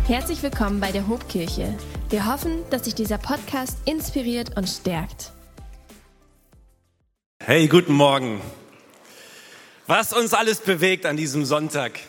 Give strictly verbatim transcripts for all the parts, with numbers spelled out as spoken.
Herzlich willkommen bei der Hobkirche. Wir hoffen, dass dich dieser Podcast inspiriert und stärkt. Hey, guten Morgen. Was uns alles bewegt an diesem Sonntag.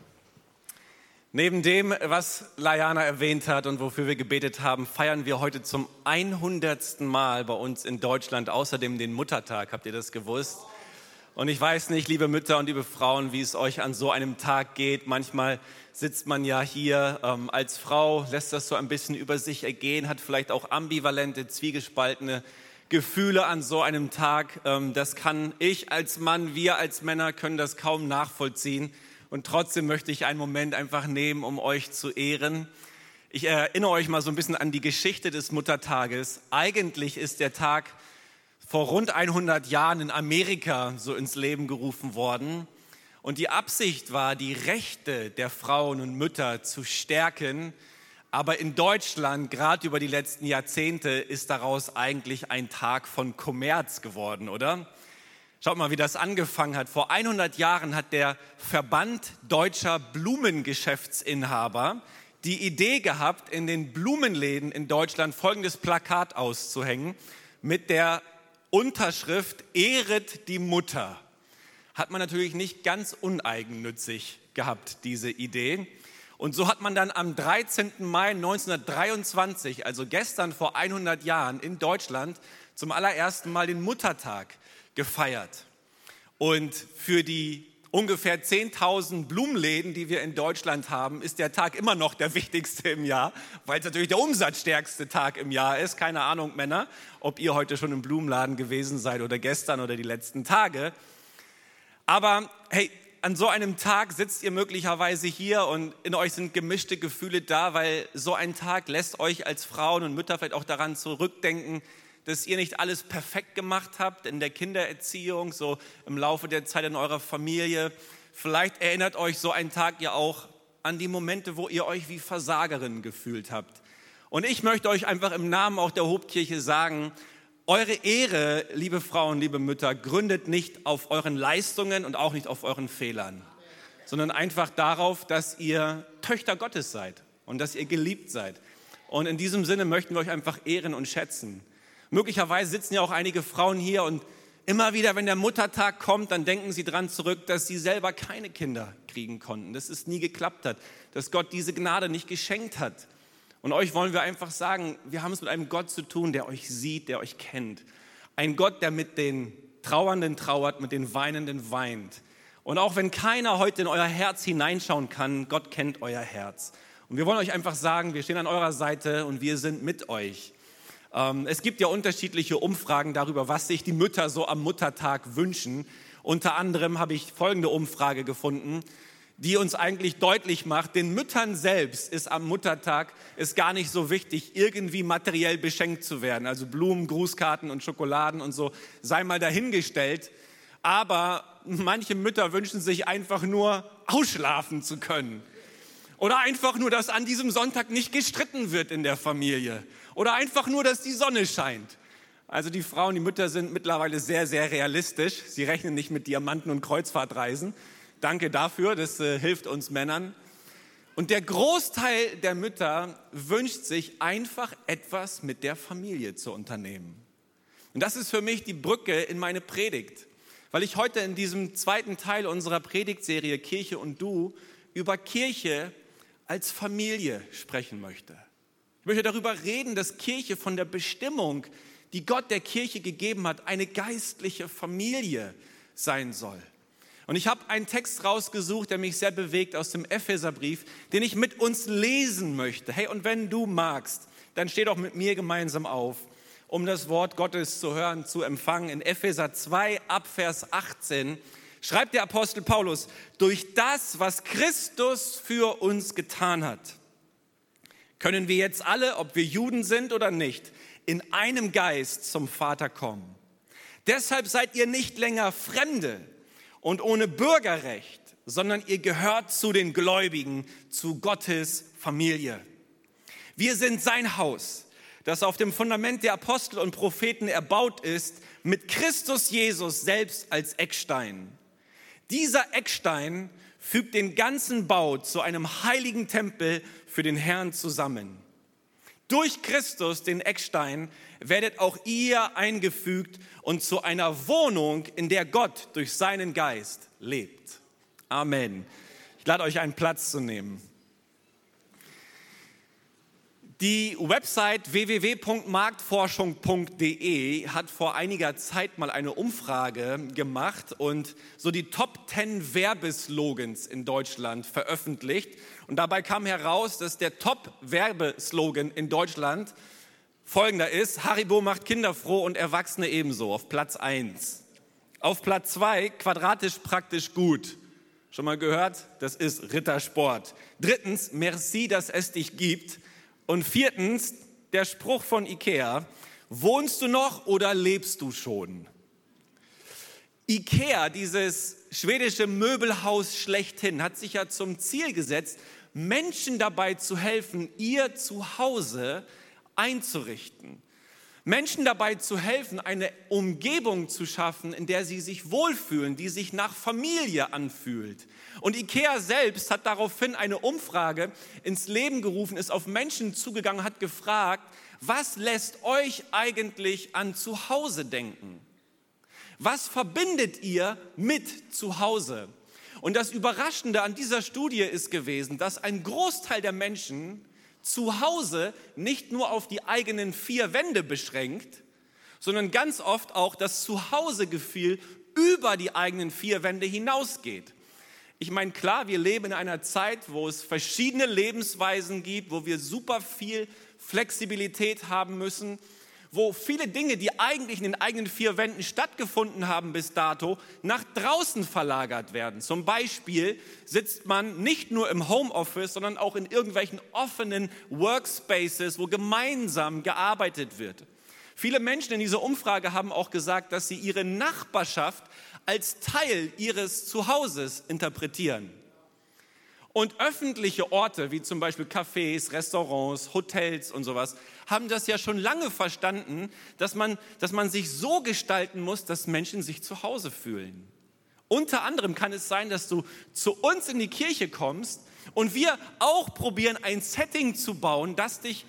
Neben dem, was Laiana erwähnt hat und wofür wir gebetet haben, feiern wir heute zum hundertsten Mal bei uns in Deutschland außerdem den Muttertag. Habt ihr das gewusst? Und ich weiß nicht, liebe Mütter und liebe Frauen, wie es euch an so einem Tag geht. Manchmal sitzt man ja hier ähm, als Frau, lässt das so ein bisschen über sich ergehen, hat vielleicht auch ambivalente, zwiegespaltene Gefühle an so einem Tag. Ähm, das kann ich als Mann, wir als Männer können das kaum nachvollziehen. Und trotzdem möchte ich einen Moment einfach nehmen, um euch zu ehren. Ich erinnere euch mal so ein bisschen an die Geschichte des Muttertages. Eigentlich ist der Tag vor rund hundert Jahren in Amerika so ins Leben gerufen worden. Und die Absicht war, die Rechte der Frauen und Mütter zu stärken. Aber in Deutschland, gerade über die letzten Jahrzehnte, ist daraus eigentlich ein Tag von Kommerz geworden, oder? Schaut mal, wie das angefangen hat. Vor hundert Jahren hat der Verband Deutscher Blumengeschäftsinhaber die Idee gehabt, in den Blumenläden in Deutschland folgendes Plakat auszuhängen mit der Unterschrift „Ehret die Mutter“. Hat man natürlich nicht ganz uneigennützig gehabt, diese Idee. Und so hat man dann am dreizehnten Mai neunzehnhundertdreiundzwanzig, also gestern vor hundert Jahren in Deutschland, zum allerersten Mal den Muttertag gefeiert. Und für die ungefähr zehntausend Blumenläden, die wir in Deutschland haben, ist der Tag immer noch der wichtigste im Jahr, weil es natürlich der umsatzstärkste Tag im Jahr ist. Keine Ahnung, Männer, ob ihr heute schon im Blumenladen gewesen seid oder gestern oder die letzten Tage. Aber hey, an so einem Tag sitzt ihr möglicherweise hier und in euch sind gemischte Gefühle da, weil so ein Tag lässt euch als Frauen und Mütter vielleicht auch daran zurückdenken, dass ihr nicht alles perfekt gemacht habt in der Kindererziehung, so im Laufe der Zeit in eurer Familie. Vielleicht erinnert euch so ein Tag ja auch an die Momente, wo ihr euch wie Versagerin gefühlt habt. Und ich möchte euch einfach im Namen auch der Hobkirche sagen, eure Ehre, liebe Frauen, liebe Mütter, gründet nicht auf euren Leistungen und auch nicht auf euren Fehlern, sondern einfach darauf, dass ihr Töchter Gottes seid und dass ihr geliebt seid. Und in diesem Sinne möchten wir euch einfach ehren und schätzen. Möglicherweise sitzen ja auch einige Frauen hier und immer wieder, wenn der Muttertag kommt, dann denken sie dran zurück, dass sie selber keine Kinder kriegen konnten, dass es nie geklappt hat, dass Gott diese Gnade nicht geschenkt hat. Und euch wollen wir einfach sagen, wir haben es mit einem Gott zu tun, der euch sieht, der euch kennt. Ein Gott, der mit den Trauernden trauert, mit den Weinenden weint. Und auch wenn keiner heute in euer Herz hineinschauen kann, Gott kennt euer Herz. Und wir wollen euch einfach sagen, wir stehen an eurer Seite und wir sind mit euch. Es gibt ja unterschiedliche Umfragen darüber, was sich die Mütter so am Muttertag wünschen. Unter anderem habe ich folgende Umfrage gefunden, die uns eigentlich deutlich macht, den Müttern selbst ist am Muttertag ist gar nicht so wichtig, irgendwie materiell beschenkt zu werden. Also Blumen, Grußkarten und Schokoladen und so, sei mal dahingestellt. Aber manche Mütter wünschen sich einfach nur, ausschlafen zu können. Oder einfach nur, dass an diesem Sonntag nicht gestritten wird in der Familie. Oder einfach nur, dass die Sonne scheint. Also die Frauen, die Mütter sind mittlerweile sehr, sehr realistisch. Sie rechnen nicht mit Diamanten und Kreuzfahrtreisen. Danke dafür, das äh, hilft uns Männern. Und der Großteil der Mütter wünscht sich einfach etwas mit der Familie zu unternehmen. Und das ist für mich die Brücke in meine Predigt. Weil ich heute in diesem zweiten Teil unserer Predigtserie Kirche und Du über Kirche als Familie sprechen möchte. Ich möchte darüber reden, dass Kirche von der Bestimmung, die Gott der Kirche gegeben hat, eine geistliche Familie sein soll. Und ich habe einen Text rausgesucht, der mich sehr bewegt aus dem Epheserbrief, den ich mit uns lesen möchte. Hey, und wenn du magst, dann steh doch mit mir gemeinsam auf, um das Wort Gottes zu hören, zu empfangen. In Epheser zwei, ab Vers achtzehn, schreibt der Apostel Paulus, durch das, was Christus für uns getan hat, können wir jetzt alle, ob wir Juden sind oder nicht, in einem Geist zum Vater kommen. Deshalb seid ihr nicht länger Fremde und ohne Bürgerrecht, sondern ihr gehört zu den Gläubigen, zu Gottes Familie. Wir sind sein Haus, das auf dem Fundament der Apostel und Propheten erbaut ist, mit Christus Jesus selbst als Eckstein. Dieser Eckstein fügt den ganzen Bau zu einem heiligen Tempel für den Herrn zusammen. Durch Christus, den Eckstein, werdet auch ihr eingefügt und zu einer Wohnung, in der Gott durch seinen Geist lebt. Amen. Ich lade euch einen Platz zu nehmen. Die Website w w w punkt marktforschung punkt d e hat vor einiger Zeit mal eine Umfrage gemacht und so die Top zehn Werbeslogans in Deutschland veröffentlicht. Und dabei kam heraus, dass der Top-Werbeslogan in Deutschland folgender ist: Haribo macht Kinder froh und Erwachsene ebenso, auf Platz eins. Auf Platz zwei, quadratisch praktisch gut. Schon mal gehört? Das ist Rittersport. Drittens, merci, dass es dich gibt. Und viertens, der Spruch von Ikea: Wohnst du noch oder lebst du schon? Ikea, dieses schwedische Möbelhaus schlechthin, hat sich ja zum Ziel gesetzt, Menschen dabei zu helfen, ihr Zuhause einzurichten. Menschen dabei zu helfen, eine Umgebung zu schaffen, in der sie sich wohlfühlen, die sich nach Familie anfühlt. Und Ikea selbst hat daraufhin eine Umfrage ins Leben gerufen, ist auf Menschen zugegangen, hat gefragt: Was lässt euch eigentlich an Zuhause denken? Was verbindet ihr mit Zuhause? Und das Überraschende an dieser Studie ist gewesen, dass ein Großteil der Menschen Zuhause nicht nur auf die eigenen vier Wände beschränkt, sondern ganz oft auch das Zuhausegefühl über die eigenen vier Wände hinausgeht. Ich meine, klar, wir leben in einer Zeit, wo es verschiedene Lebensweisen gibt, wo wir super viel Flexibilität haben müssen, wo viele Dinge, die eigentlich in den eigenen vier Wänden stattgefunden haben bis dato, nach draußen verlagert werden. Zum Beispiel sitzt man nicht nur im Homeoffice, sondern auch in irgendwelchen offenen Workspaces, wo gemeinsam gearbeitet wird. Viele Menschen in dieser Umfrage haben auch gesagt, dass sie ihre Nachbarschaft als Teil ihres Zuhauses interpretieren. Und öffentliche Orte, wie zum Beispiel Cafés, Restaurants, Hotels und sowas, haben das ja schon lange verstanden, dass man, dass man sich so gestalten muss, dass Menschen sich zu Hause fühlen. Unter anderem kann es sein, dass du zu uns in die Kirche kommst und wir auch probieren, ein Setting zu bauen, das dich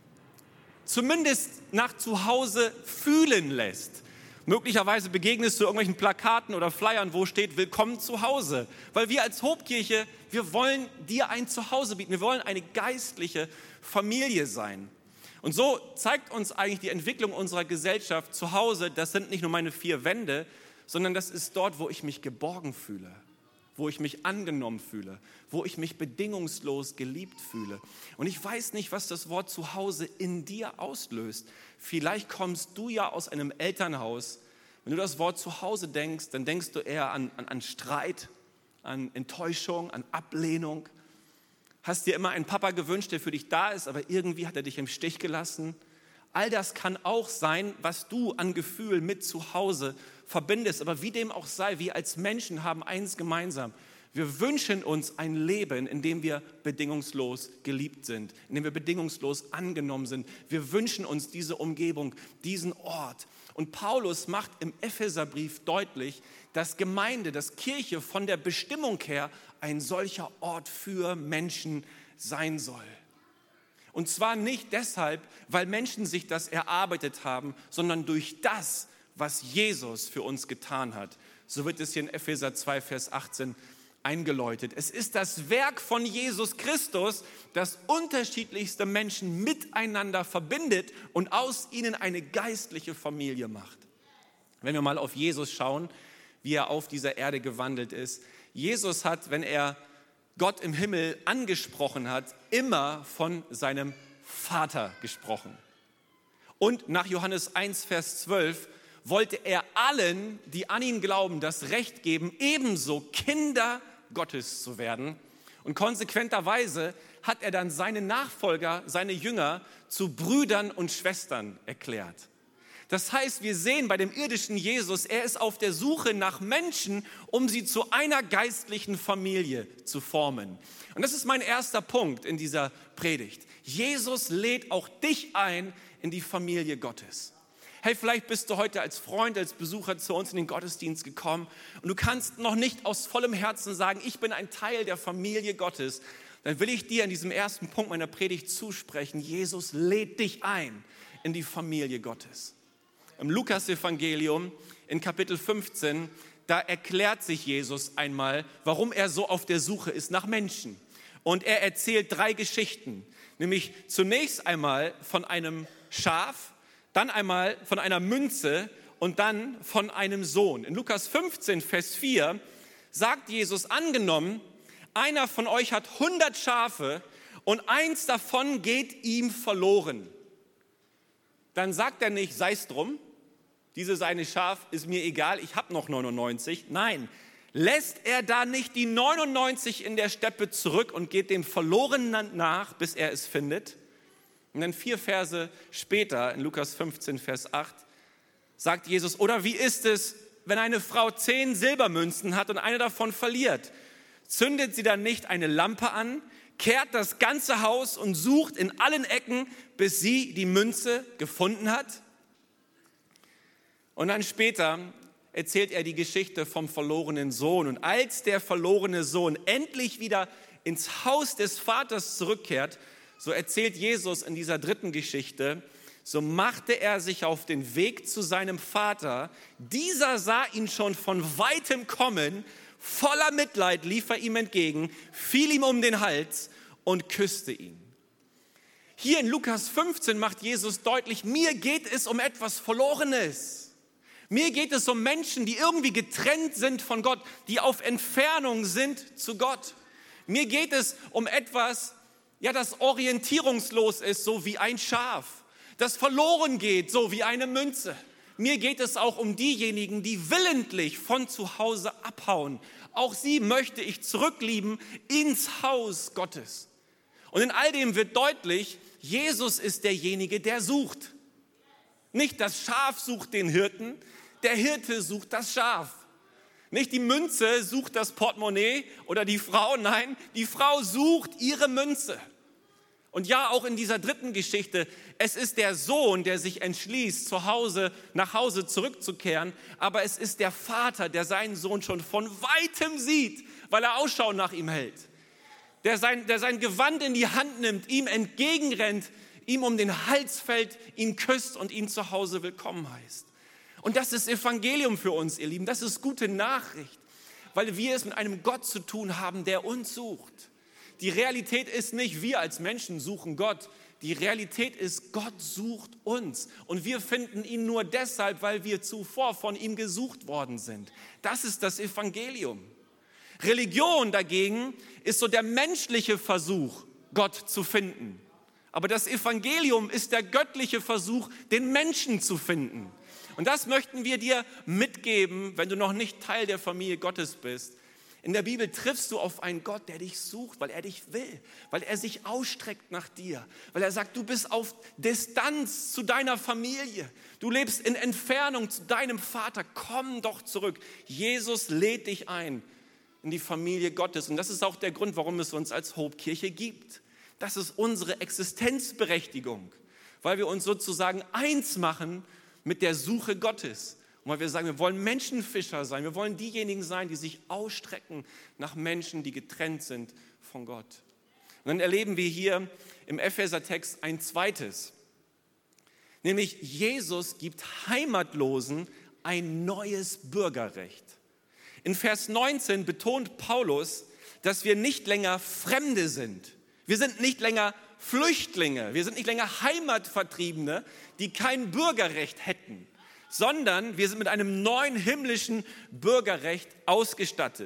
zumindest nach Zuhause fühlen lässt. Möglicherweise begegnest du irgendwelchen Plakaten oder Flyern, wo steht Willkommen zu Hause. Weil wir als Hobkirche, wir wollen dir ein Zuhause bieten. Wir wollen eine geistliche Familie sein. Und so zeigt uns eigentlich die Entwicklung unserer Gesellschaft: Zu Hause, das sind nicht nur meine vier Wände, sondern das ist dort, wo ich mich geborgen fühle, wo ich mich angenommen fühle, wo ich mich bedingungslos geliebt fühle. Und ich weiß nicht, was das Wort Zuhause in dir auslöst. Vielleicht kommst du ja aus einem Elternhaus. Wenn du das Wort Zuhause denkst, dann denkst du eher an, an, an Streit, an Enttäuschung, an Ablehnung. Hast dir immer einen Papa gewünscht, der für dich da ist, aber irgendwie hat er dich im Stich gelassen. All das kann auch sein, was du an Gefühl mit Zuhause verbindest. Aber wie dem auch sei, wir als Menschen haben eins gemeinsam: Wir wünschen uns ein Leben, in dem wir bedingungslos geliebt sind, in dem wir bedingungslos angenommen sind. Wir wünschen uns diese Umgebung, diesen Ort. Und Paulus macht im Epheserbrief deutlich, dass Gemeinde, dass Kirche von der Bestimmung her ein solcher Ort für Menschen sein soll. Und zwar nicht deshalb, weil Menschen sich das erarbeitet haben, sondern durch das, was Jesus für uns getan hat. So wird es hier in Epheser zwei, Vers achtzehn eingeläutet. Es ist das Werk von Jesus Christus, das unterschiedlichste Menschen miteinander verbindet und aus ihnen eine geistliche Familie macht. Wenn wir mal auf Jesus schauen, wie er auf dieser Erde gewandelt ist. Jesus hat, wenn er Gott im Himmel angesprochen hat, immer von seinem Vater gesprochen. Und nach Johannes eins, Vers zwölf wollte er allen, die an ihn glauben, das Recht geben, ebenso Kinder Gottes zu werden. Und konsequenterweise hat er dann seine Nachfolger, seine Jünger zu Brüdern und Schwestern erklärt. Das heißt, wir sehen bei dem irdischen Jesus, er ist auf der Suche nach Menschen, um sie zu einer geistlichen Familie zu formen. Und das ist mein erster Punkt in dieser Predigt. Jesus lädt auch dich ein in die Familie Gottes. Hey, vielleicht bist du heute als Freund, als Besucher zu uns in den Gottesdienst gekommen und du kannst noch nicht aus vollem Herzen sagen, ich bin ein Teil der Familie Gottes. Dann will ich dir in diesem ersten Punkt meiner Predigt zusprechen, Jesus lädt dich ein in die Familie Gottes. Im Lukas-Evangelium in Kapitel fünfzehn, da erklärt sich Jesus einmal, warum er so auf der Suche ist nach Menschen. Und er erzählt drei Geschichten, nämlich zunächst einmal von einem Schaf, dann einmal von einer Münze und dann von einem Sohn. In Lukas fünfzehn, Vers vier sagt Jesus, angenommen, einer von euch hat hundert Schafe und eins davon geht ihm verloren. Dann sagt er nicht, sei es drum, diese seine Schaf ist mir egal, ich habe noch neunundneunzig. Nein, lässt er da nicht die neunundneunzig in der Steppe zurück und geht dem Verlorenen nach, bis er es findet? Und dann vier Verse später, in Lukas fünfzehn, Vers acht, sagt Jesus, oder wie ist es, wenn eine Frau zehn Silbermünzen hat und eine davon verliert? Zündet sie dann nicht eine Lampe an, kehrt das ganze Haus und sucht in allen Ecken, bis sie die Münze gefunden hat? Und dann später erzählt er die Geschichte vom verlorenen Sohn. Und als der verlorene Sohn endlich wieder ins Haus des Vaters zurückkehrt, so erzählt Jesus in dieser dritten Geschichte, so machte er sich auf den Weg zu seinem Vater. Dieser sah ihn schon von weitem kommen, voller Mitleid lief er ihm entgegen, fiel ihm um den Hals und küsste ihn. Hier in Lukas fünfzehn macht Jesus deutlich, mir geht es um etwas Verlorenes. Mir geht es um Menschen, die irgendwie getrennt sind von Gott, die auf Entfernung sind zu Gott. Mir geht es um etwas, ja, das orientierungslos ist, so wie ein Schaf, das verloren geht, so wie eine Münze. Mir geht es auch um diejenigen, die willentlich von zu Hause abhauen. Auch sie möchte ich zurücklieben ins Haus Gottes. Und in all dem wird deutlich, Jesus ist derjenige, der sucht. Nicht das Schaf sucht den Hirten, der Hirte sucht das Schaf. Nicht die Münze sucht das Portemonnaie oder die Frau, nein, die Frau sucht ihre Münze. Und ja, auch in dieser dritten Geschichte, es ist der Sohn, der sich entschließt, zu Hause, nach Hause zurückzukehren, aber es ist der Vater, der seinen Sohn schon von weitem sieht, weil er Ausschau nach ihm hält. Der sein, der sein Gewand in die Hand nimmt, ihm entgegenrennt, ihm um den Hals fällt, ihn küsst und ihn zu Hause willkommen heißt. Und das ist Evangelium für uns, ihr Lieben, das ist gute Nachricht, weil wir es mit einem Gott zu tun haben, der uns sucht. Die Realität ist nicht, wir als Menschen suchen Gott. Die Realität ist, Gott sucht uns. Und wir finden ihn nur deshalb, weil wir zuvor von ihm gesucht worden sind. Das ist das Evangelium. Religion dagegen ist so der menschliche Versuch, Gott zu finden. Aber das Evangelium ist der göttliche Versuch, den Menschen zu finden. Und das möchten wir dir mitgeben, wenn du noch nicht Teil der Familie Gottes bist. In der Bibel triffst du auf einen Gott, der dich sucht, weil er dich will, weil er sich ausstreckt nach dir, weil er sagt, du bist auf Distanz zu deiner Familie, du lebst in Entfernung zu deinem Vater, komm doch zurück. Jesus lädt dich ein in die Familie Gottes und das ist auch der Grund, warum es uns als Hope-Kirche gibt. Das ist unsere Existenzberechtigung, weil wir uns sozusagen eins machen mit der Suche Gottes. Und weil wir sagen, wir wollen Menschenfischer sein, wir wollen diejenigen sein, die sich ausstrecken nach Menschen, die getrennt sind von Gott. Und dann erleben wir hier im Epheser-Text ein zweites, nämlich Jesus gibt Heimatlosen ein neues Bürgerrecht. In Vers neunzehn betont Paulus, dass wir nicht länger Fremde sind. Wir sind nicht länger Flüchtlinge, wir sind nicht länger Heimatvertriebene, die kein Bürgerrecht hätten, sondern wir sind mit einem neuen himmlischen Bürgerrecht ausgestattet.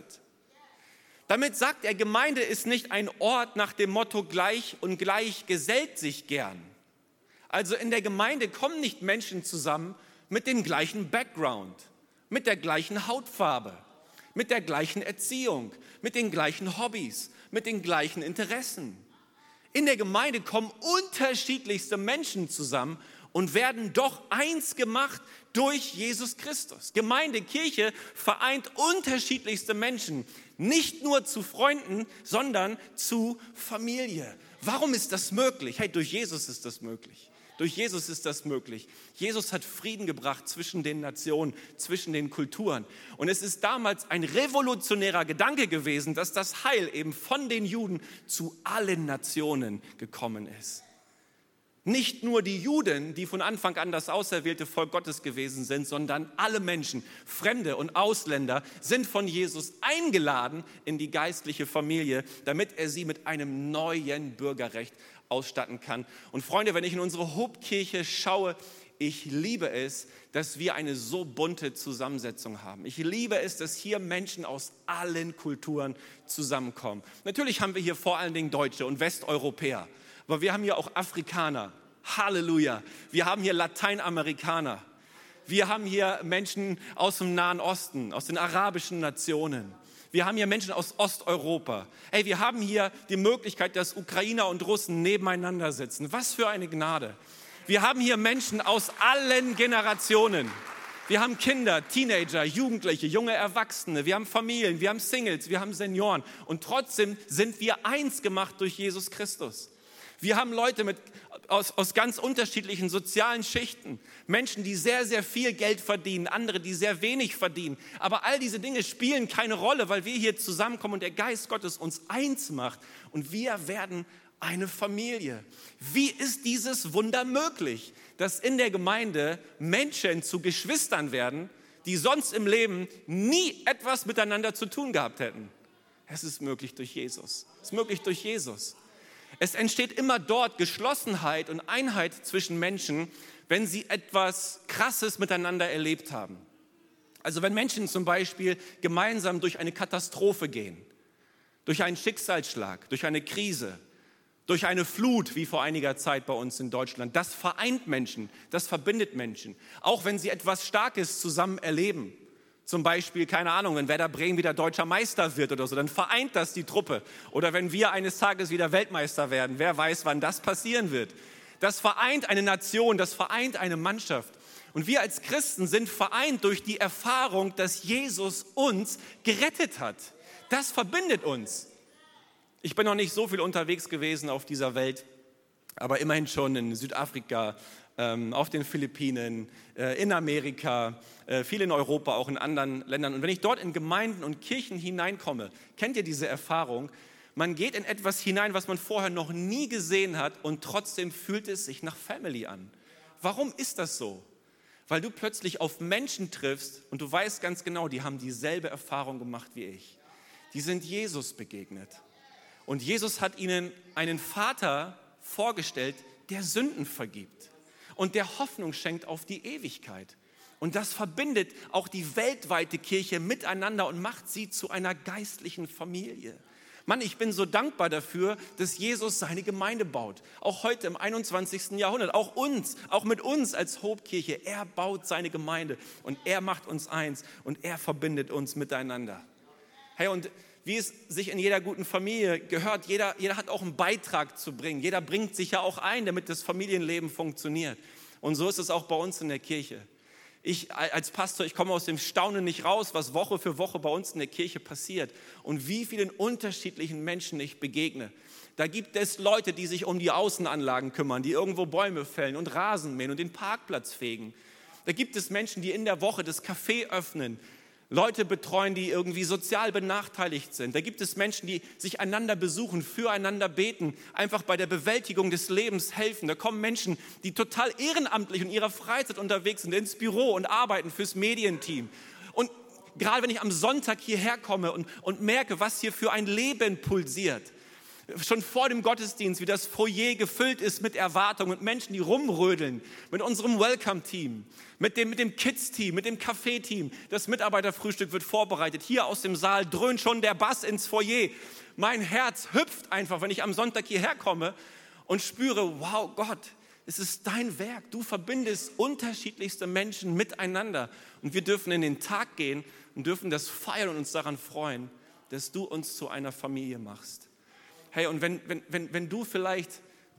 Damit sagt er, Gemeinde ist nicht ein Ort nach dem Motto gleich und gleich gesellt sich gern. Also in der Gemeinde kommen nicht Menschen zusammen mit dem gleichen Background, mit der gleichen Hautfarbe, mit der gleichen Erziehung, mit den gleichen Hobbys, mit den gleichen Interessen. In der Gemeinde kommen unterschiedlichste Menschen zusammen und werden doch eins gemacht durch Jesus Christus. Gemeinde, Kirche vereint unterschiedlichste Menschen, nicht nur zu Freunden, sondern zu Familie. Warum ist das möglich? Hey, durch Jesus ist das möglich. Durch Jesus ist das möglich. Jesus hat Frieden gebracht zwischen den Nationen, zwischen den Kulturen. Und es ist damals ein revolutionärer Gedanke gewesen, dass das Heil eben von den Juden zu allen Nationen gekommen ist. Nicht nur die Juden, die von Anfang an das auserwählte Volk Gottes gewesen sind, sondern alle Menschen, Fremde und Ausländer, sind von Jesus eingeladen in die geistliche Familie, damit er sie mit einem neuen Bürgerrecht ausstatten kann. Und Freunde, wenn ich in unsere Hobkirche schaue, ich liebe es, dass wir eine so bunte Zusammensetzung haben. Ich liebe es, dass hier Menschen aus allen Kulturen zusammenkommen. Natürlich haben wir hier vor allen Dingen Deutsche und Westeuropäer. Aber wir haben hier auch Afrikaner, Halleluja. Wir haben hier Lateinamerikaner. Wir haben hier Menschen aus dem Nahen Osten, aus den arabischen Nationen. Wir haben hier Menschen aus Osteuropa. Hey, wir haben hier die Möglichkeit, dass Ukrainer und Russen nebeneinander sitzen. Was für eine Gnade. Wir haben hier Menschen aus allen Generationen. Wir haben Kinder, Teenager, Jugendliche, junge Erwachsene. Wir haben Familien, wir haben Singles, wir haben Senioren. Und trotzdem sind wir eins gemacht durch Jesus Christus. Wir haben Leute mit, aus, aus ganz unterschiedlichen sozialen Schichten. Menschen, die sehr, sehr viel Geld verdienen, andere, die sehr wenig verdienen. Aber all diese Dinge spielen keine Rolle, weil wir hier zusammenkommen und der Geist Gottes uns eins macht. Und wir werden eine Familie. Wie ist dieses Wunder möglich, dass in der Gemeinde Menschen zu Geschwistern werden, die sonst im Leben nie etwas miteinander zu tun gehabt hätten? Es ist möglich durch Jesus. Es ist möglich durch Jesus. Es entsteht immer dort Geschlossenheit und Einheit zwischen Menschen, wenn sie etwas Krasses miteinander erlebt haben. Also wenn Menschen zum Beispiel gemeinsam durch eine Katastrophe gehen, durch einen Schicksalsschlag, durch eine Krise, durch eine Flut, wie vor einiger Zeit bei uns in Deutschland, das vereint Menschen, das verbindet Menschen. Auch wenn sie etwas Starkes zusammen erleben. Zum Beispiel, keine Ahnung, wenn Werder Bremen wieder deutscher Meister wird oder so, dann vereint das die Truppe. Oder wenn wir eines Tages wieder Weltmeister werden, wer weiß, wann das passieren wird. Das vereint eine Nation, das vereint eine Mannschaft. Und wir als Christen sind vereint durch die Erfahrung, dass Jesus uns gerettet hat. Das verbindet uns. Ich bin noch nicht so viel unterwegs gewesen auf dieser Welt, aber immerhin schon in Südafrika, auf den Philippinen, in Amerika, viel in Europa, auch in anderen Ländern. Und wenn ich dort in Gemeinden und Kirchen hineinkomme, kennt ihr diese Erfahrung? Man geht in etwas hinein, was man vorher noch nie gesehen hat und trotzdem fühlt es sich nach Family an. Warum ist das so? Weil du plötzlich auf Menschen triffst und du weißt ganz genau, die haben dieselbe Erfahrung gemacht wie ich. Die sind Jesus begegnet. Und Jesus hat ihnen einen Vater vorgestellt, der Sünden vergibt. Und der Hoffnung schenkt auf die Ewigkeit. Und das verbindet auch die weltweite Kirche miteinander und macht sie zu einer geistlichen Familie. Mann, ich bin so dankbar dafür, dass Jesus seine Gemeinde baut. Auch heute im einundzwanzigsten Jahrhundert, auch uns, auch mit uns als Hobkirche. Er baut seine Gemeinde und er macht uns eins und er verbindet uns miteinander. Hey, und wie es sich in jeder guten Familie gehört, jeder, jeder hat auch einen Beitrag zu bringen. Jeder bringt sich ja auch ein, damit das Familienleben funktioniert. Und so ist es auch bei uns in der Kirche. Ich als Pastor, ich komme aus dem Staunen nicht raus, was Woche für Woche bei uns in der Kirche passiert und wie vielen unterschiedlichen Menschen ich begegne. Da gibt es Leute, die sich um die Außenanlagen kümmern, die irgendwo Bäume fällen und Rasen mähen und den Parkplatz fegen. Da gibt es Menschen, die in der Woche das Café öffnen, Leute betreuen, die irgendwie sozial benachteiligt sind. Da gibt es Menschen, die sich einander besuchen, füreinander beten, einfach bei der Bewältigung des Lebens helfen. Da kommen Menschen, die total ehrenamtlich in ihrer Freizeit unterwegs sind, ins Büro und arbeiten fürs Medienteam. Und gerade wenn ich am Sonntag hierher komme und, und merke, was hier für ein Leben pulsiert, schon vor dem Gottesdienst, wie das Foyer gefüllt ist mit Erwartungen und Menschen, die rumrödeln, mit unserem Welcome-Team, mit dem, mit dem Kids-Team, mit dem Café-Team. Das Mitarbeiterfrühstück wird vorbereitet. Hier aus dem Saal dröhnt schon der Bass ins Foyer. Mein Herz hüpft einfach, wenn ich am Sonntag hierher komme und spüre, wow, Gott, es ist dein Werk. Du verbindest unterschiedlichste Menschen miteinander. Und wir dürfen in den Tag gehen und dürfen das feiern und uns daran freuen, dass du uns zu einer Familie machst. Hey, und wenn, wenn, wenn, wenn du vielleicht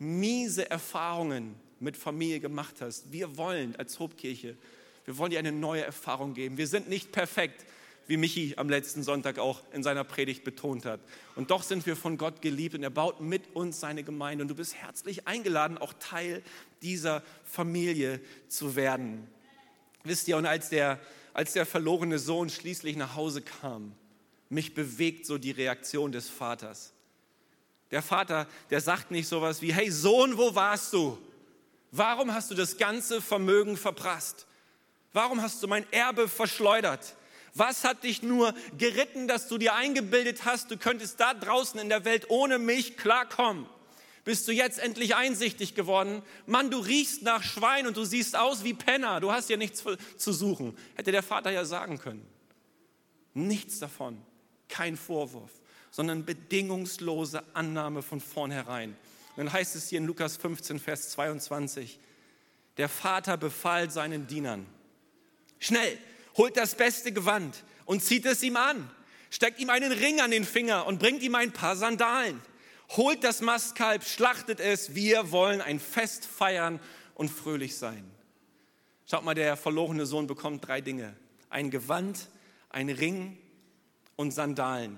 miese Erfahrungen mit Familie gemacht hast, wir wollen als Hobkirche, wir wollen dir eine neue Erfahrung geben. Wir sind nicht perfekt. wie Michi am letzten Sonntag auch in seiner Predigt betont hat. Und doch sind wir von Gott geliebt und er baut mit uns seine Gemeinde. Und du bist herzlich eingeladen, auch Teil dieser Familie zu werden. Wisst ihr, und als der, als der verlorene Sohn schließlich nach Hause kam, mich bewegt so die Reaktion des Vaters. Der Vater, der sagt nicht sowas wie, hey Sohn, wo warst du? Warum hast du das ganze Vermögen verprasst? Warum hast du mein Erbe verschleudert? Was hat dich nur geritten, dass du dir eingebildet hast, du könntest da draußen in der Welt ohne mich klarkommen? Bist du jetzt endlich einsichtig geworden? Mann, du riechst nach Schwein und du siehst aus wie Penner. Du hast ja nichts zu suchen. Hätte der Vater ja sagen können. Nichts davon. Kein Vorwurf, sondern bedingungslose Annahme von vornherein. Und dann heißt es hier in Lukas fünfzehn, Vers zweiundzwanzig, der Vater befahl seinen Dienern, schnell, holt das beste Gewand und zieht es ihm an, steckt ihm einen Ring an den Finger und bringt ihm ein paar Sandalen. Holt das Mastkalb, schlachtet es, wir wollen ein Fest feiern und fröhlich sein. Schaut mal, der verlorene Sohn bekommt drei Dinge. Ein Gewand, ein Ring und Sandalen.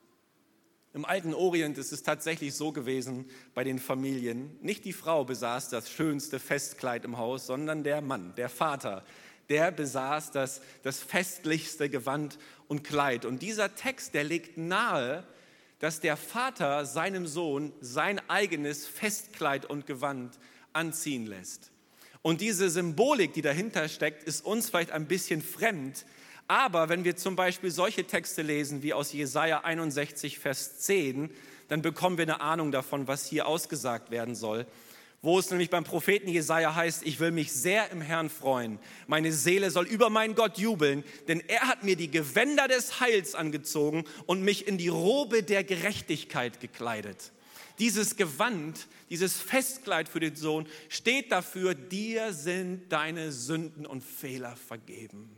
Im alten Orient ist es tatsächlich so gewesen bei den Familien. Nicht die Frau besaß das schönste Festkleid im Haus, sondern der Mann, der Vater. Der besaß das, das festlichste Gewand und Kleid. Und dieser Text, der legt nahe, dass der Vater seinem Sohn sein eigenes Festkleid und Gewand anziehen lässt. Und diese Symbolik, die dahinter steckt, ist uns vielleicht ein bisschen fremd. Aber wenn wir zum Beispiel solche Texte lesen wie aus Jesaja einundsechzig, Vers zehn, dann bekommen wir eine Ahnung davon, was hier ausgesagt werden soll. Wo es nämlich beim Propheten Jesaja heißt, ich will mich sehr im Herrn freuen. Meine Seele soll über meinen Gott jubeln, denn er hat mir die Gewänder des Heils angezogen und mich in die Robe der Gerechtigkeit gekleidet. Dieses Gewand, dieses Festkleid für den Sohn steht dafür, dir sind deine Sünden und Fehler vergeben.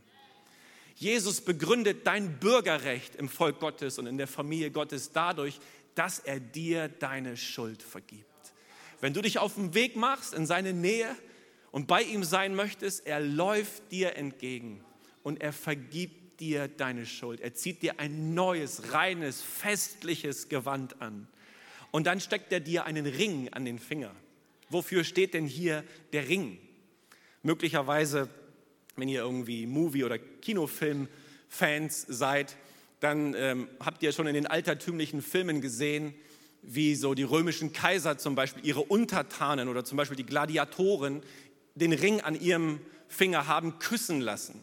Jesus begründet dein Bürgerrecht im Volk Gottes und in der Familie Gottes dadurch, dass er dir deine Schuld vergibt. Wenn du dich auf den Weg machst in seine Nähe und bei ihm sein möchtest, er läuft dir entgegen und er vergibt dir deine Schuld. Er zieht dir ein neues, reines, festliches Gewand an. Und dann steckt er dir einen Ring an den Finger. Wofür steht denn hier der Ring? Möglicherweise, wenn ihr irgendwie Movie- oder Kinofilm-Fans seid, dann ähm, habt ihr schon in den altertümlichen Filmen gesehen, wie so die römischen Kaiser zum Beispiel ihre Untertanen oder zum Beispiel die Gladiatoren den Ring an ihrem Finger haben küssen lassen.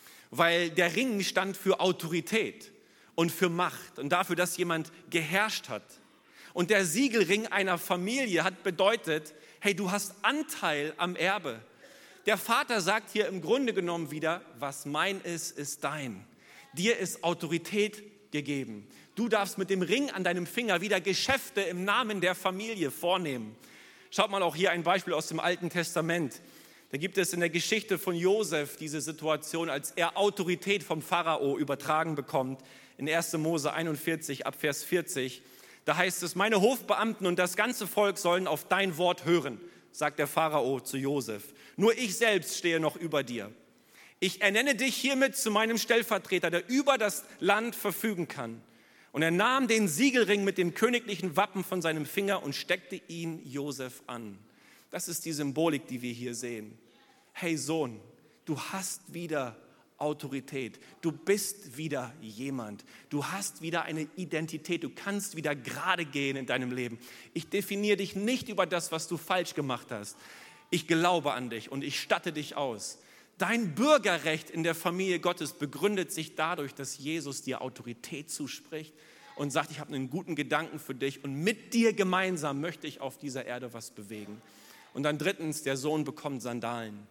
Weil der Ring stand für Autorität und für Macht und dafür, dass jemand geherrscht hat. Und der Siegelring einer Familie hat bedeutet, hey, du hast Anteil am Erbe. Der Vater sagt hier im Grunde genommen wieder, was mein ist, ist dein. Dir ist Autorität gegeben. Du darfst mit dem Ring an deinem Finger wieder Geschäfte im Namen der Familie vornehmen. Schaut mal auch hier ein Beispiel aus dem Alten Testament. Da gibt es in der Geschichte von Josef diese Situation, als er Autorität vom Pharao übertragen bekommt. In erster Mose einundvierzig, ab Vers vierzig. Da heißt es, meine Hofbeamten und das ganze Volk sollen auf dein Wort hören, sagt der Pharao zu Josef. Nur ich selbst stehe noch über dir. Ich ernenne dich hiermit zu meinem Stellvertreter, der über das Land verfügen kann. Und er nahm den Siegelring mit dem königlichen Wappen von seinem Finger und steckte ihn Josef an. Das ist die Symbolik, die wir hier sehen. Hey Sohn, du hast wieder Autorität. Du bist wieder jemand. Du hast wieder eine Identität. Du kannst wieder gerade gehen in deinem Leben. Ich definiere dich nicht über das, was du falsch gemacht hast. Ich glaube an dich und ich statte dich aus. Dein Bürgerrecht in der Familie Gottes begründet sich dadurch, dass Jesus dir Autorität zuspricht und sagt, ich habe einen guten Gedanken für dich und mit dir gemeinsam möchte ich auf dieser Erde was bewegen. Und dann drittens, der Sohn bekommt Sandalen.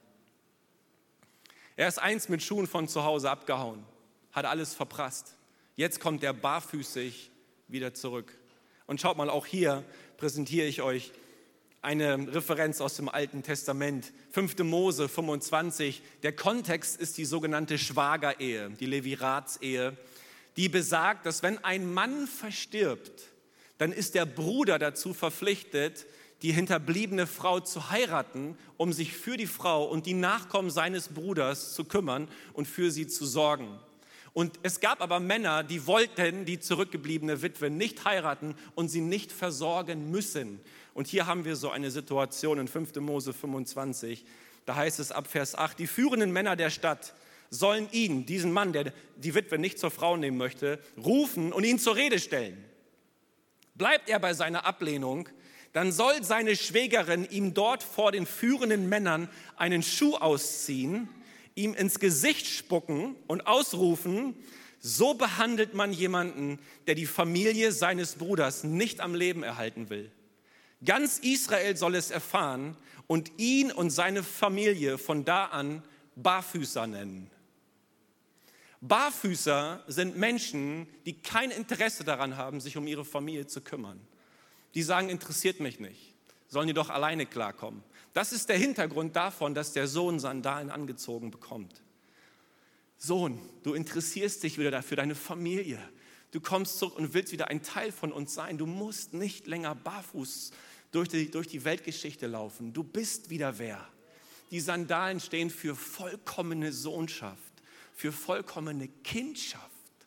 Er ist einst mit Schuhen von zu Hause abgehauen, hat alles verprasst. Jetzt kommt er barfüßig wieder zurück. Und schaut mal, auch hier präsentiere ich euch eine Referenz aus dem Alten Testament, fünfte Mose fünfundzwanzig. Der Kontext ist die sogenannte Schwagerehe, die Leviratsehe, die besagt, dass wenn ein Mann verstirbt, dann ist der Bruder dazu verpflichtet, die hinterbliebene Frau zu heiraten, um sich für die Frau und die Nachkommen seines Bruders zu kümmern und für sie zu sorgen. Und es gab aber Männer, die wollten die zurückgebliebene Witwe nicht heiraten und sie nicht versorgen müssen. Und hier haben wir so eine Situation in fünfter Mose fünfundzwanzig. Da heißt es ab Vers acht, die führenden Männer der Stadt sollen ihn, diesen Mann, der die Witwe nicht zur Frau nehmen möchte, rufen und ihn zur Rede stellen. Bleibt er bei seiner Ablehnung, dann soll seine Schwägerin ihm dort vor den führenden Männern einen Schuh ausziehen, ihm ins Gesicht spucken und ausrufen, so behandelt man jemanden, der die Familie seines Bruders nicht am Leben erhalten will. Ganz Israel soll es erfahren und ihn und seine Familie von da an Barfüßer nennen. Barfüßer sind Menschen, die kein Interesse daran haben, sich um ihre Familie zu kümmern. Die sagen, interessiert mich nicht, sollen die doch alleine klarkommen. Das ist der Hintergrund davon, dass der Sohn Sandalen angezogen bekommt. Sohn, du interessierst dich wieder für deine Familie. Du kommst zurück und willst wieder ein Teil von uns sein. Du musst nicht länger barfuß durch die, durch die Weltgeschichte laufen. Du bist wieder wer. Die Sandalen stehen für vollkommene Sohnschaft, für vollkommene Kindschaft.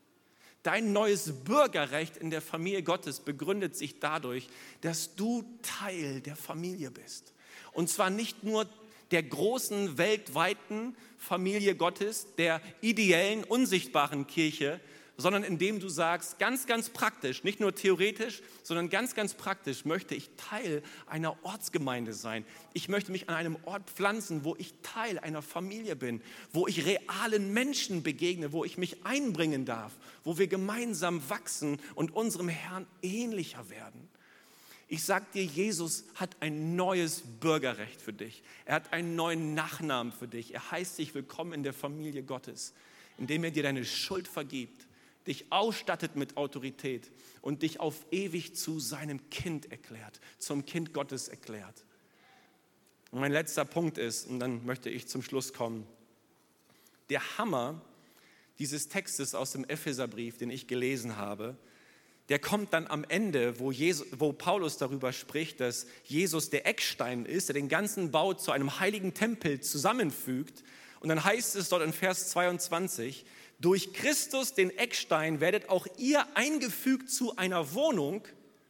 Dein neues Bürgerrecht in der Familie Gottes begründet sich dadurch, dass du Teil der Familie bist. Und zwar nicht nur der großen weltweiten Familie Gottes, der ideellen, unsichtbaren Kirche, sondern indem du sagst, ganz, ganz praktisch, nicht nur theoretisch, sondern ganz, ganz praktisch möchte ich Teil einer Ortsgemeinde sein. Ich möchte mich an einem Ort pflanzen, wo ich Teil einer Familie bin, wo ich realen Menschen begegne, wo ich mich einbringen darf, wo wir gemeinsam wachsen und unserem Herrn ähnlicher werden. Ich sage dir, Jesus hat ein neues Bürgerrecht für dich. Er hat einen neuen Nachnamen für dich. Er heißt dich willkommen in der Familie Gottes, indem er dir deine Schuld vergibt, dich ausstattet mit Autorität und dich auf ewig zu seinem Kind erklärt, zum Kind Gottes erklärt. Und mein letzter Punkt ist, und dann möchte ich zum Schluss kommen, der Hammer dieses Textes aus dem Epheserbrief, den ich gelesen habe, der kommt dann am Ende, wo, Jesus, wo Paulus darüber spricht, dass Jesus der Eckstein ist, der den ganzen Bau zu einem heiligen Tempel zusammenfügt. Und dann heißt es dort in Vers zweiundzwanzig, durch Christus, den Eckstein, werdet auch ihr eingefügt zu einer Wohnung,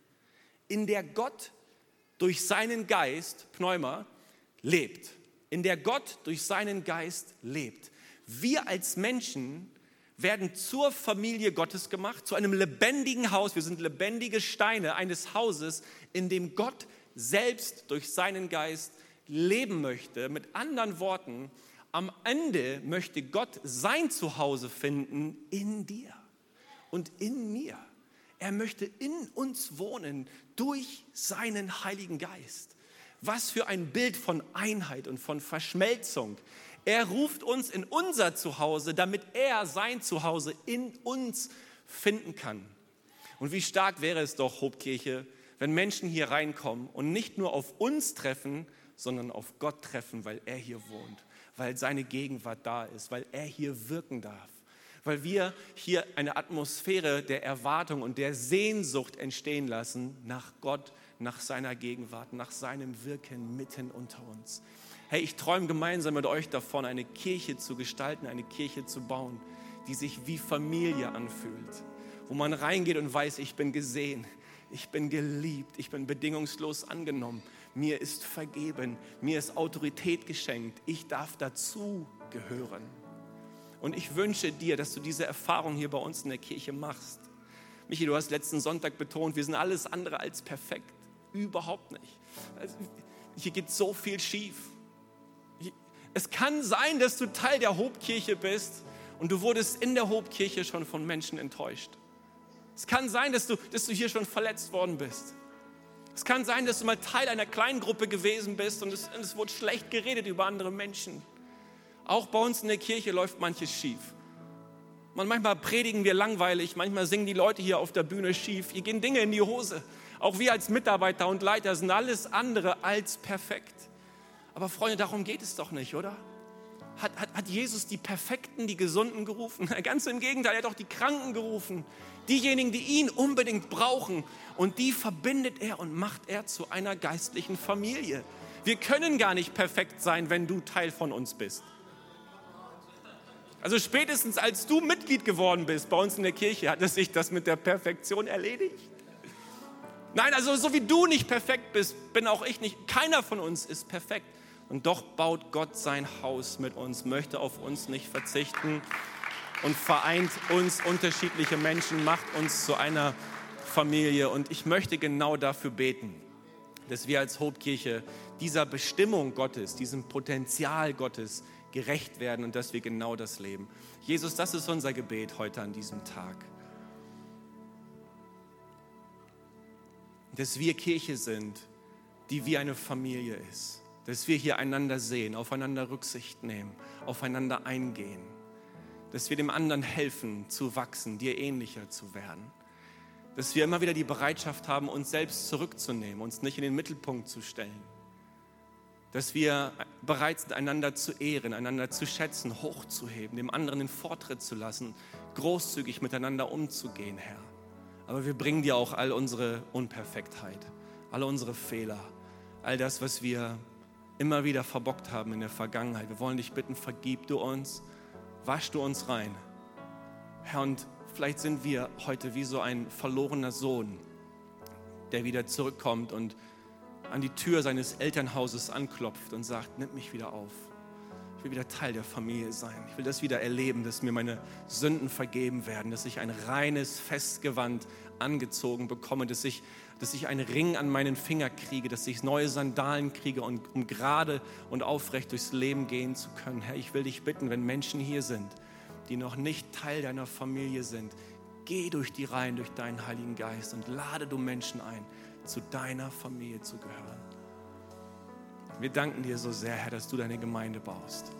in der Gott durch seinen Geist, Pneuma, lebt. In der Gott durch seinen Geist lebt. Wir als Menschen werden zur Familie Gottes gemacht, zu einem lebendigen Haus. Wir sind lebendige Steine eines Hauses, in dem Gott selbst durch seinen Geist leben möchte. Mit anderen Worten, am Ende möchte Gott sein Zuhause finden in dir und in mir. Er möchte in uns wohnen durch seinen Heiligen Geist. Was für ein Bild von Einheit und von Verschmelzung. Er ruft uns in unser Zuhause, damit er sein Zuhause in uns finden kann. Und wie stark wäre es doch, Hopkirche, wenn Menschen hier reinkommen und nicht nur auf uns treffen, sondern auf Gott treffen, weil er hier wohnt, weil seine Gegenwart da ist, weil er hier wirken darf, weil wir hier eine Atmosphäre der Erwartung und der Sehnsucht entstehen lassen nach Gott, nach seiner Gegenwart, nach seinem Wirken mitten unter uns. Hey, ich träume gemeinsam mit euch davon, eine Kirche zu gestalten, eine Kirche zu bauen, die sich wie Familie anfühlt, wo man reingeht und weiß, ich bin gesehen, ich bin geliebt, ich bin bedingungslos angenommen, mir ist vergeben, mir ist Autorität geschenkt, ich darf dazu gehören. Und ich wünsche dir, dass du diese Erfahrung hier bei uns in der Kirche machst. Michi, du hast letzten Sonntag betont, wir sind alles andere als perfekt, überhaupt nicht. Also, hier geht so viel schief. Es kann sein, dass du Teil der Hopkirche bist und du wurdest in der Hopkirche schon von Menschen enttäuscht. Es kann sein, dass du, dass du hier schon verletzt worden bist. Es kann sein, dass du mal Teil einer kleinen Gruppe gewesen bist und es, und es wurde schlecht geredet über andere Menschen. Auch bei uns in der Kirche läuft manches schief. Manchmal predigen wir langweilig, manchmal singen die Leute hier auf der Bühne schief. Hier gehen Dinge in die Hose. Auch wir als Mitarbeiter und Leiter sind alles andere als perfekt. Aber Freunde, darum geht es doch nicht, oder? Hat, hat, hat Jesus die Perfekten, die Gesunden gerufen? Ganz im Gegenteil, er hat auch die Kranken gerufen. Diejenigen, die ihn unbedingt brauchen. Und die verbindet er und macht er zu einer geistlichen Familie. Wir können gar nicht perfekt sein, wenn du Teil von uns bist. Also spätestens als du Mitglied geworden bist bei uns in der Kirche, hat es sich das mit der Perfektion erledigt. Nein, also so wie du nicht perfekt bist, bin auch ich nicht. Keiner von uns ist perfekt. Und doch baut Gott sein Haus mit uns, möchte auf uns nicht verzichten und vereint uns unterschiedliche Menschen, macht uns zu einer Familie. Und ich möchte genau dafür beten, dass wir als Hope-Kirche dieser Bestimmung Gottes, diesem Potenzial Gottes gerecht werden und dass wir genau das leben. Jesus, das ist unser Gebet heute an diesem Tag. Dass wir Kirche sind, die wie eine Familie ist. Dass wir hier einander sehen, aufeinander Rücksicht nehmen, aufeinander eingehen. Dass wir dem anderen helfen, zu wachsen, dir ähnlicher zu werden. Dass wir immer wieder die Bereitschaft haben, uns selbst zurückzunehmen, uns nicht in den Mittelpunkt zu stellen. Dass wir bereit sind, einander zu ehren, einander zu schätzen, hochzuheben, dem anderen den Vortritt zu lassen, großzügig miteinander umzugehen, Herr. Aber wir bringen dir auch all unsere Unperfektheit, alle unsere Fehler, all das, was wir immer wieder verbockt haben in der Vergangenheit. Wir wollen dich bitten, vergib du uns, wasch du uns rein. Herr, und vielleicht sind wir heute wie so ein verlorener Sohn, der wieder zurückkommt und an die Tür seines Elternhauses anklopft und sagt, nimm mich wieder auf. Ich will wieder Teil der Familie sein. Ich will das wieder erleben, dass mir meine Sünden vergeben werden, dass ich ein reines Festgewand angezogen bekomme, dass ich, dass ich einen Ring an meinen Finger kriege, dass ich neue Sandalen kriege, und, um gerade und aufrecht durchs Leben gehen zu können. Herr, ich will dich bitten, wenn Menschen hier sind, die noch nicht Teil deiner Familie sind, geh durch die Reihen, durch deinen Heiligen Geist und lade du Menschen ein, zu deiner Familie zu gehören. Wir danken dir so sehr, Herr, dass du deine Gemeinde baust.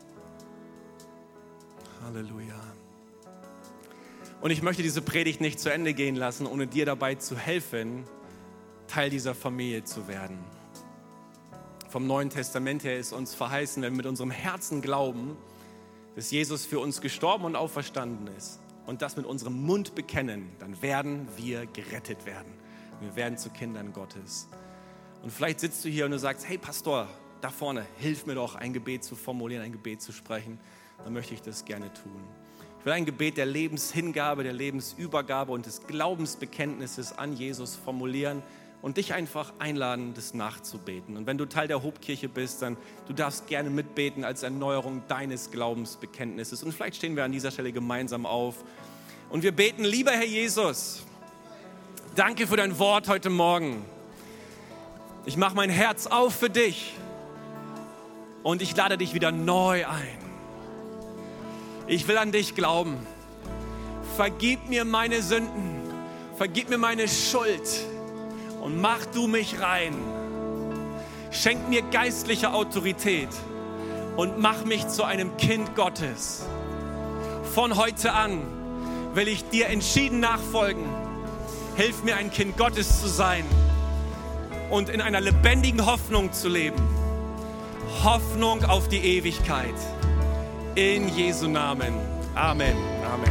Halleluja. Und ich möchte diese Predigt nicht zu Ende gehen lassen, ohne dir dabei zu helfen, Teil dieser Familie zu werden. Vom Neuen Testament her ist uns verheißen, wenn wir mit unserem Herzen glauben, dass Jesus für uns gestorben und auferstanden ist und das mit unserem Mund bekennen, dann werden wir gerettet werden. Wir werden zu Kindern Gottes. Und vielleicht sitzt du hier und du sagst, hey Pastor, da vorne, hilf mir doch, ein Gebet zu formulieren, ein Gebet zu sprechen. Dann möchte ich das gerne tun. Ich will ein Gebet der Lebenshingabe, der Lebensübergabe und des Glaubensbekenntnisses an Jesus formulieren und dich einfach einladen, das nachzubeten. Und wenn du Teil der Hope-Kirche bist, dann du darfst gerne mitbeten als Erneuerung deines Glaubensbekenntnisses. Und vielleicht stehen wir an dieser Stelle gemeinsam auf und wir beten, lieber Herr Jesus, danke für dein Wort heute Morgen. Ich mache mein Herz auf für dich und ich lade dich wieder neu ein. Ich will an dich glauben. Vergib mir meine Sünden, vergib mir meine Schuld und mach du mich rein. Schenk mir geistliche Autorität und mach mich zu einem Kind Gottes. Von heute an will ich dir entschieden nachfolgen. Hilf mir, ein Kind Gottes zu sein und in einer lebendigen Hoffnung zu leben. Hoffnung auf die Ewigkeit. In Jesu Namen. Amen. Amen.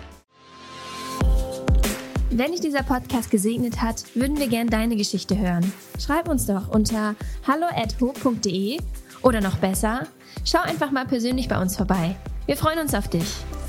Wenn dich dieser Podcast gesegnet hat, würden wir gerne deine Geschichte hören. Schreib uns doch unter hallo at hope punkt de oder noch besser, schau einfach mal persönlich bei uns vorbei. Wir freuen uns auf dich.